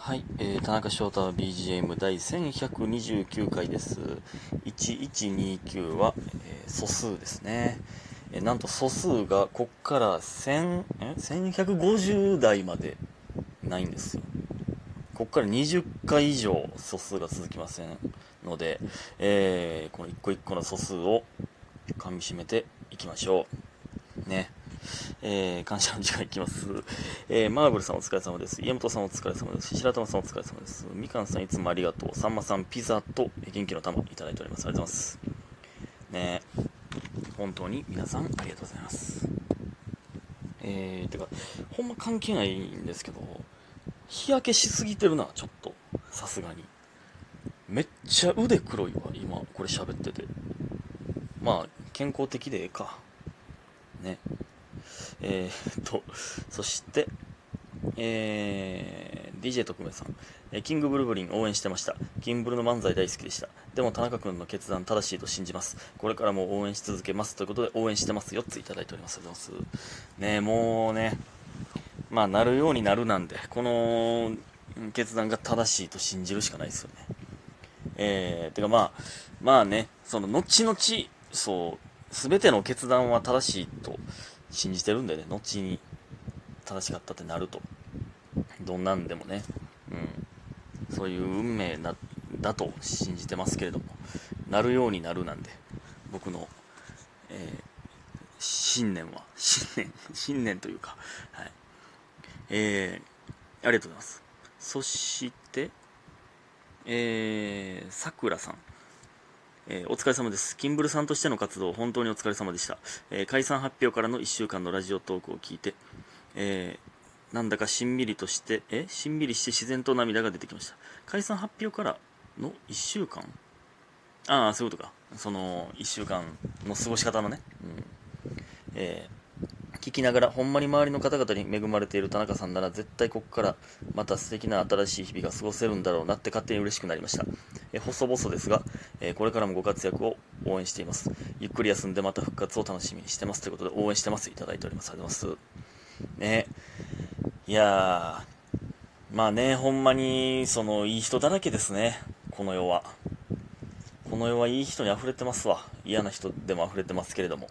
はい、田中翔太 BGM 第1129回です。1129は、素数ですね。なんと素数がこっから1150台までないんですよ。こっから20回以上素数が続きませんので、この一個一個の素数を噛み締めていきましょう。ね。感謝の時間いきます。マーブルさんお疲れ様です。家元さんお疲れ様です。白玉さんお疲れ様です。みかんさんいつもありがとう。さんまさんピザと元気の玉いただいております。ありがとうございます。ね、本当に皆さんありがとうございます。てか、ほんま関係ないんですけど、日焼けしすぎてるな、ちょっと。さすがに。めっちゃ腕黒いわ、今、これ喋ってて。まあ、健康的でええか。ね。そして、DJ 特命さん、キングブルブリン応援してました。キンブルの漫才大好きでした。でも田中君の決断正しいと信じます。これからも応援し続けます。ということで応援してますよっていただいております。ありがとうございます。ね、もうね、まあなるようになるなんで、この決断が正しいと信じるしかないですよね。てかまあね、その後々、そう、すべての決断は正しいと信じてるんでね、後に正しかったってなると。どんなんでもね、そういう運命だと信じてますけれども、なるようになるなんで、僕の、信念は、信念というか、はい。ありがとうございます。そして、さくらさん。お疲れ様です。キンブルさんとしての活動、本当にお疲れ様でした。解散発表からの1週間のラジオトークを聞いて、なんだかしんみりして自然と涙が出てきました。解散発表からの1週間、ああ、そういうことか。その1週間の過ごし方のね。聞きながら、ほんまに周りの方々に恵まれている田中さんなら絶対ここからまた素敵な新しい日々が過ごせるんだろうなって勝手に嬉しくなりました。細々ですが、これからもご活躍を応援しています。ゆっくり休んでまた復活を楽しみにしてますということで応援してます。いただいております。ありがとうございます。ね、いやー、まあね、ほんまにいい人だらけですね。この世は。この世はいい人に溢れてますわ。嫌な人でも溢れてますけれども。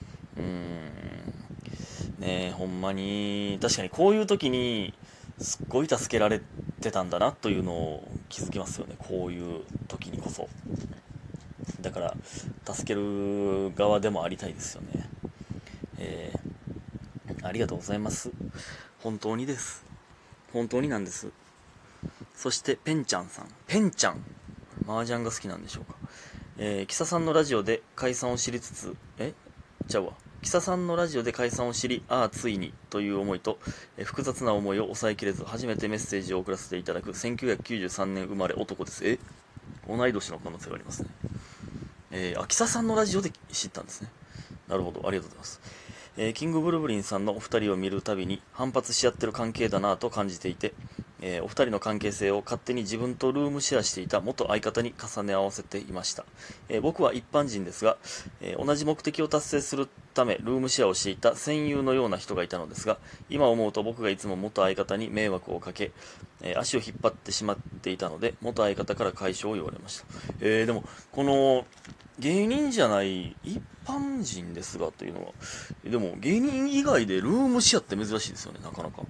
ねえ、ほんまに、確かにこういう時に、すっごい助けられてたんだなというのを気づきますよね。こういう時にこそ。だから、助ける側でもありたいですよね。えありがとうございます。本当にです。本当になんです。そして、ペンちゃんさん。ペンちゃん。麻雀が好きなんでしょうか。キサさんのラジオで解散を知りつつ、ちゃうわ。キサさんのラジオで解散を知り、ああ、ついに、という思いと、複雑な思いを抑えきれず、初めてメッセージを送らせていただく、1993年生まれ男です。同い年の可能性がありますね。キサさんのラジオで知ったんですね。なるほど、ありがとうございます。キングブルブリンさんのお二人を見るたびに反発し合ってる関係だなぁと感じていて、お二人の関係性を勝手に自分とルームシェアしていた元相方に重ね合わせていました。僕は一般人ですが、同じ目的を達成するためルームシェアをしていた戦友のような人がいたのですが、今思うと僕がいつも元相方に迷惑をかけ、足を引っ張ってしまっていたので、元相方から解消を言われました。でも、この、芸人じゃない一般人ですがというのは、でも芸人以外でルームシェアって珍しいですよね、なかなか。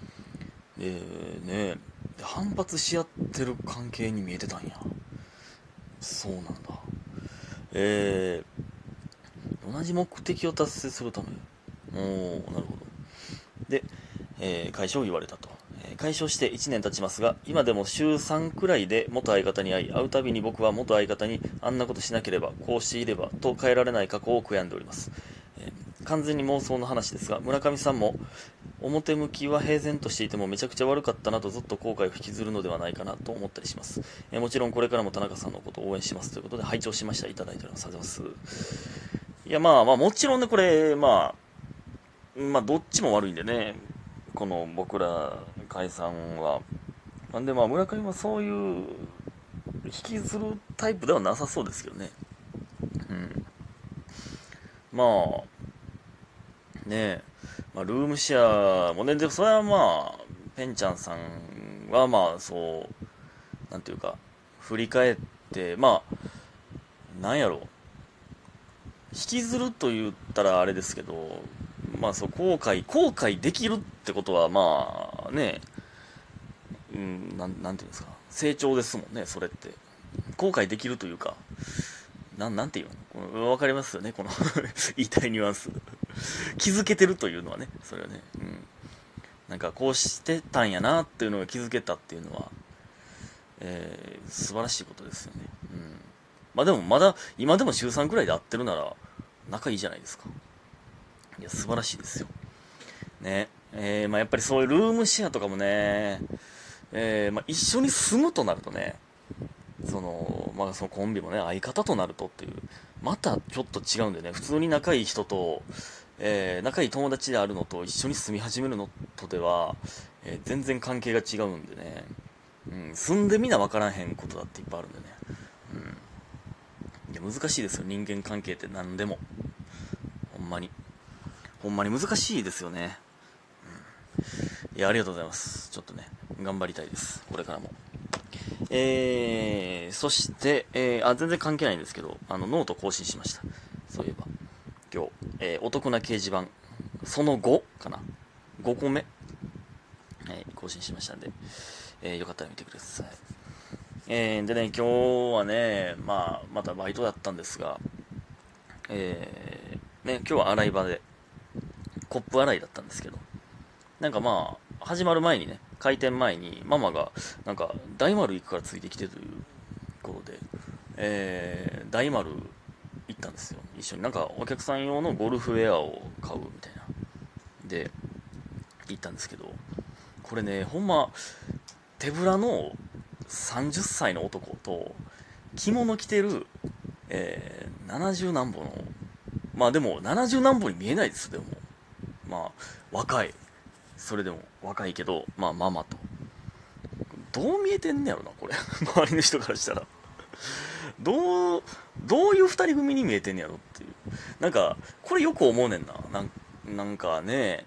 ね、反発し合ってる関係に見えてたんや。そうなんだ。同じ目的を達成するため。おー、なるほど。で、解消を言われたと。解消して1年経ちますが、今でも週3くらいで元相方に会い、会うたびに僕は元相方にあんなことしなければ、こうしていればと変えられない過去を悔やんでおります。完全に妄想の話ですが、村上さんも表向きは平然としていてもめちゃくちゃ悪かったなとずっと後悔を引きずるのではないかなと思ったりします。もちろんこれからも田中さんのことを応援しますということで拝聴しました。いただいております。ありがとうございます。いや、まあまあもちろんね、これ、どっちも悪いんでね、この僕ら解散は。なんで村上はそういう引きずるタイプではなさそうですけどね。うん。まあ、ねえ、ルームシェアもね、でもそれはペンちゃんさんはまあそうなんていうか振り返ってまあなんやろ引きずると言ったらあれですけどまあそう後悔できるってことはまあねなんていうんですか成長ですもんねそれって後悔できるというかなんていうのわかりますよねこの言いたいニュアンス気づけてるというのはねそれはねなんかこうしてたんやなっていうのが気づけたっていうのは、素晴らしいことですよね。まあでもまだ今でも週3くらいで会ってるなら仲いいじゃないですか。いや素晴らしいですよ。ね。まあやっぱりそういうルームシェアとかもね、まあ、一緒に住むとなるとね、まあそのコンビもね相方となるとっていうまたちょっと違うんでね普通に仲いい人と仲いい友達であるのと一緒に住み始めるのとでは、全然関係が違うんでね、住んでみな分からへんことだっていっぱいあるんでね、いや難しいですよ人間関係って何でもほんまに難しいですよね、いやありがとうございますちょっとね頑張りたいですこれからもそして、全然関係ないんですけどノート更新しましたそういえば今日、お得な掲示板その5かな5個目、更新しましたんで、よかったら見てください、でね今日はね、またバイトだったんですが、今日は洗い場でコップ洗いだったんですけどなんか始まる前にね開店前にママがなんか大丸行くからついてきてということで、大丸行ったんですよ一緒になんかお客さん用のゴルフウェアを買うみたいなで行ったんですけどこれねほんま手ぶらの30歳の男と着物着てる、70何歩のでも70何歩に見えないですでも若いそれでも若いけどママとどう見えてんねやろなこれ周りの人からしたらどういう二人組に見えてんねやろっていうなんかこれよく思うねんななんかね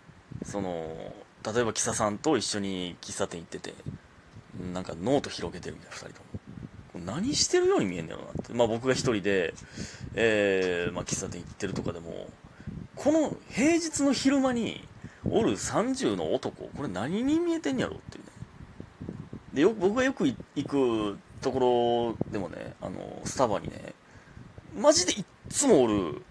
例えばキサさんと一緒に喫茶店行っててなんかノート広げてるみたいな二人とも何してるように見えんねやろなって僕が一人で、喫茶店行ってるとかでもこの平日の昼間におる30の男これ何に見えてんやろっていうねで僕がよく行くところでもねスタバにねマジでいっつもおる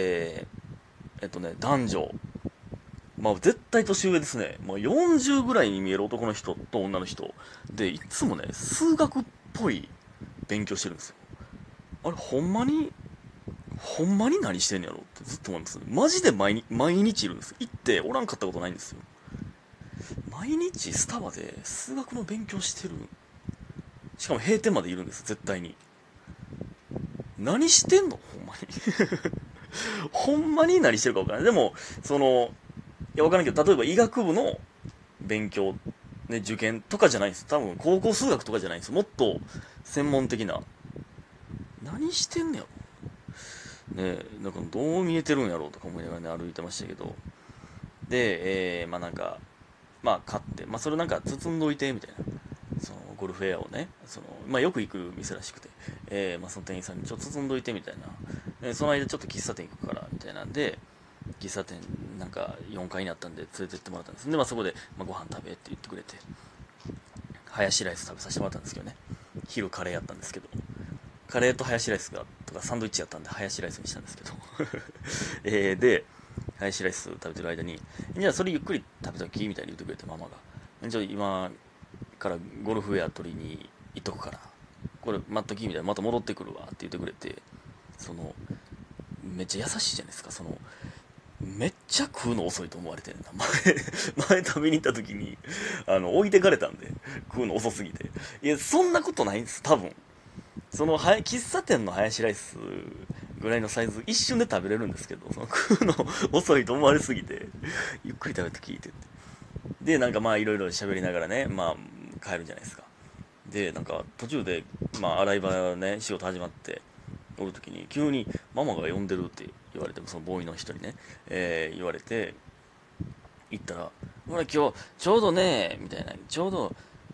男女絶対年上ですね、40ぐらいに見える男の人と女の人でいつもね数学っぽい勉強してるんですよあれほんまに何してんねやろってずっと思いますマジで毎日いるんです行っておらんかったことないんですよ毎日スタバで数学の勉強してるしかも閉店までいるんです絶対に何してんのほんまにほんまに何してるか分からないでもいや分からんけど例えば医学部の勉強ね受験とかじゃないんです多分高校数学とかじゃないんですもっと専門的な何してんねやろねなんかどう見えてるんやろうとか思いながらね歩いてましたけどで、なんか買って、それなんか包んどいてみたいなゴルフウェアをねよく行く店らしくて、その店員さんにちょっと包んどいてみたいな、その間ちょっと喫茶店行くからみたいなんで喫茶店なんか4階にあったんで連れてってもらったんですで、そこで、ご飯食べって言ってくれてハヤシライス食べさせてもらったんですけどね昼カレーやったんですけどカレーとハヤシライスがとかサンドイッチやったんでハヤシライスにしたんですけどでハヤシライス食べてる間にじゃあそれゆっくり食べときみたいに言ってくれてママがじゃあ今からゴルフウェア取りに行っとくからこれ待っときみたいなまた戻ってくるわって言ってくれてめっちゃ優しいじゃないですかめっちゃ食うの遅いと思われてんな前食べに行った時に置いてかれたんで食うの遅すぎていやそんなことないんです多分喫茶店のハヤシライスぐらいのサイズ一瞬で食べれるんですけど食うの遅いと思われすぎてゆっくり食べて聞いてってでなんかいろいろ喋りながらね帰るじゃないですかでなんか途中で洗い場ね仕事始まっておる時に急にママが呼んでるって言われてそのボーイの人にね、言われて行ったら「ほら今日ちょうどね」みたいなちょうど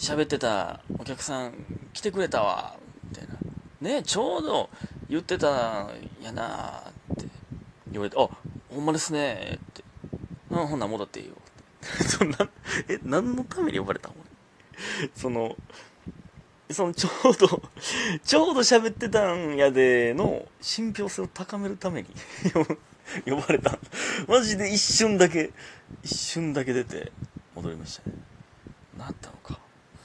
喋ってたお客さん来てくれたわみたいな、ね、ちょうど言ってたやなって言われて、あ、ほんまですねって、ほんなら戻っていいよってそんな、何のために呼ばれたの？そのちょうど喋ってたんやでの信憑性を高めるために呼ばれた。マジで一瞬だけ出て戻りましたね。なったのか。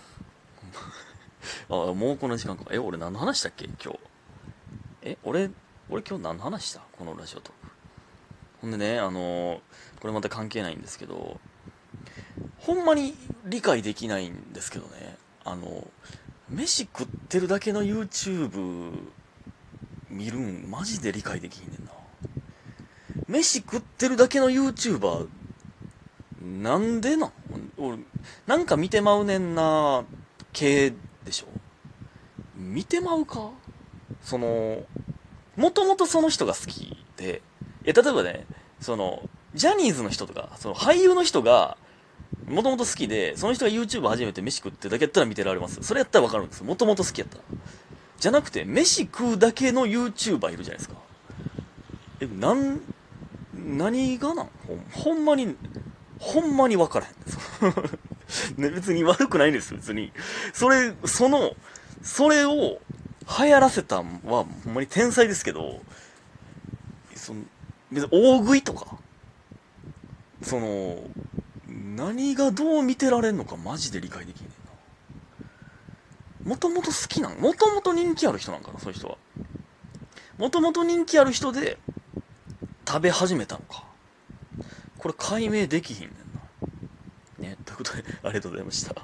あ、もうこの時間か。俺何の話したっけ今日。俺今日何の話したこのラジオトーク。ほんでね、これまた関係ないんですけど、ほんまに理解できないんですけどね、飯食ってるだけの YouTube 見るんマジで理解できひんねんな。飯食ってるだけの YouTuber なんでなん？俺なんか見てまうねんな系でしょ。見てまうか？もともとその人が好きで、例えばね、ジャニーズの人とか、俳優の人がもともと好きで、その人が YouTube 始めて飯食ってるだけやったら見てられます。それやったらわかるんですよ。もともと好きやったら。じゃなくて、飯食うだけの YouTuber いるじゃないですか。何がなんほんまに分からへん。ね、別に悪くないんですよ、別に。それを流行らせたんはほんまに天才ですけど、別に大食いとか、何がどう見てられんのかマジで理解できんねんな。もともと好きもともと人気ある人なんかな、そういう人は。もともと人気ある人で食べ始めたのか。これ解明できひんねんな。ね、ということで、ありがとうございました。